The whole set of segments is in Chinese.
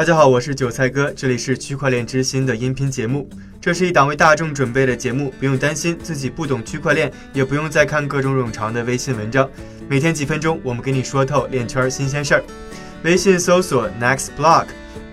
大家好，我是韭菜哥，这里是区块链之心的音频节目。这是一档为大众准备的节目，不用担心自己不懂区块链，也不用再看各种冗长的微信文章。每天几分钟，我们给你说透链圈新鲜事儿。微信搜索 NextBlock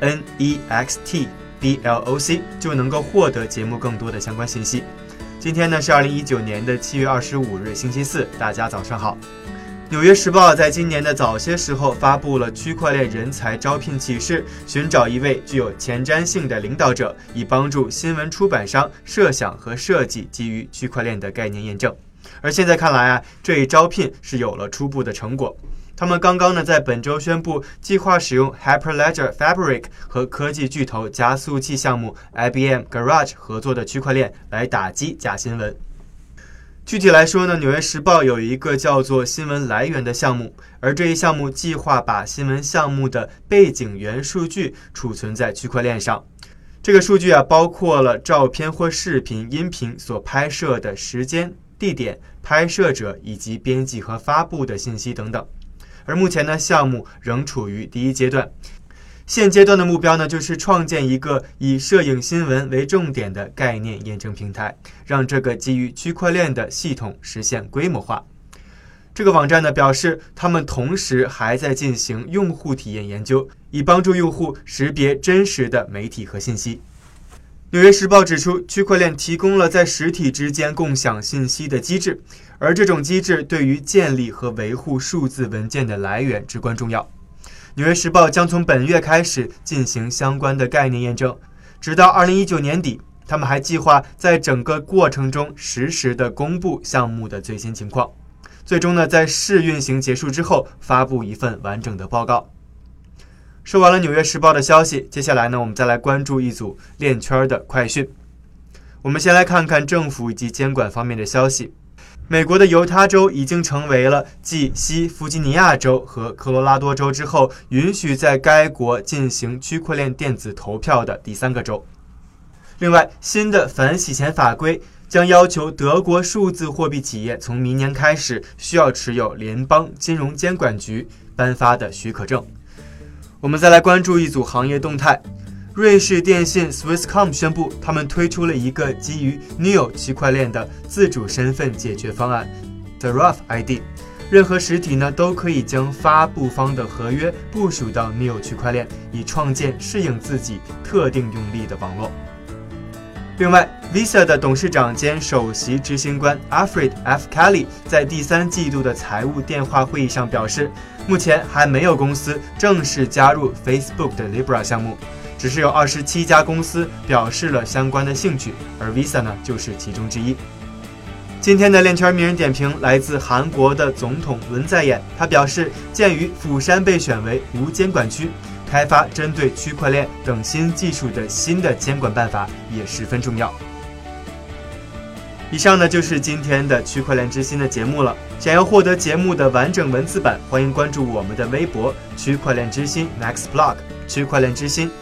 NEXTBLOC 就能够获得节目更多的相关信息。今天呢是2019年的7月25日，星期四，大家早上好。纽约时报在今年的早些时候发布了区块链人才招聘启事，寻找一位具有前瞻性的领导者，以帮助新闻出版商设想和设计基于区块链的概念验证。而现在看来这一招聘是有了初步的成果。他们刚刚在本周宣布，计划使用 Hyperledger Fabric 和科技巨头加速器项目 IBM Garage 合作的区块链来打击假新闻。具体来说呢，纽约时报有一个叫做新闻来源的项目，而这一项目计划把新闻项目的背景元数据储存在区块链上。这个数据包括了照片或视频、音频所拍摄的时间、地点、拍摄者以及编辑和发布的信息等等。而目前呢，项目仍处于第一阶段。现阶段的目标呢，就是创建一个以摄影新闻为重点的概念验证平台，让这个基于区块链的系统实现规模化。这个网站呢表示，他们同时还在进行用户体验研究，以帮助用户识别真实的媒体和信息。纽约时报指出，区块链提供了在实体之间共享信息的机制，而这种机制对于建立和维护数字文件的来源至关重要。纽约时报将从本月开始进行相关的概念验证，直到2019年底。他们还计划在整个过程中实时的公布项目的最新情况，最终在试运行结束之后发布一份完整的报告。说完了纽约时报的消息，接下来呢，我们再来关注一组链圈的快讯。我们先来看看政府以及监管方面的消息。美国的犹他州已经成为了继西弗吉尼亚州和科罗拉多州之后，允许在该国进行区块链电子投票的第3个州。另外，新的反洗钱法规将要求德国数字货币企业从明年开始需要持有联邦金融监管局颁发的许可证。我们再来关注一组行业动态。瑞士电信 Swisscom 宣布，他们推出了一个基于 NEO 区块链的自主身份解决方案 Seraph ID。任何实体呢都可以将发布方的合约部署到 NEO 区块链，以创建适应自己特定用例的网络。另外 Visa 的董事长兼首席执行官 Alfred F. Kelly 在第3季度的财务电话会议上表示，目前还没有公司正式加入 Facebook 的 Libra 项目，只是有27家公司表示了相关的兴趣，而 Visa 呢就是其中之一。今天的链圈名人点评来自韩国的总统文在寅，他表示，鉴于釜山被选为无监管区，开发针对区块链等新技术的新的监管办法也十分重要。以上呢就是今天的区块链之心的节目了。想要获得节目的完整文字版，欢迎关注我们的微博区块链之心 NextBlock， 区块链之心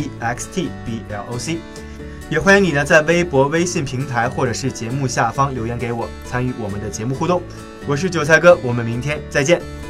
NEXTBLOC。也欢迎你呢在微博、微信平台或者是节目下方留言给我，参与我们的节目互动。我是韭菜哥，我们明天再见。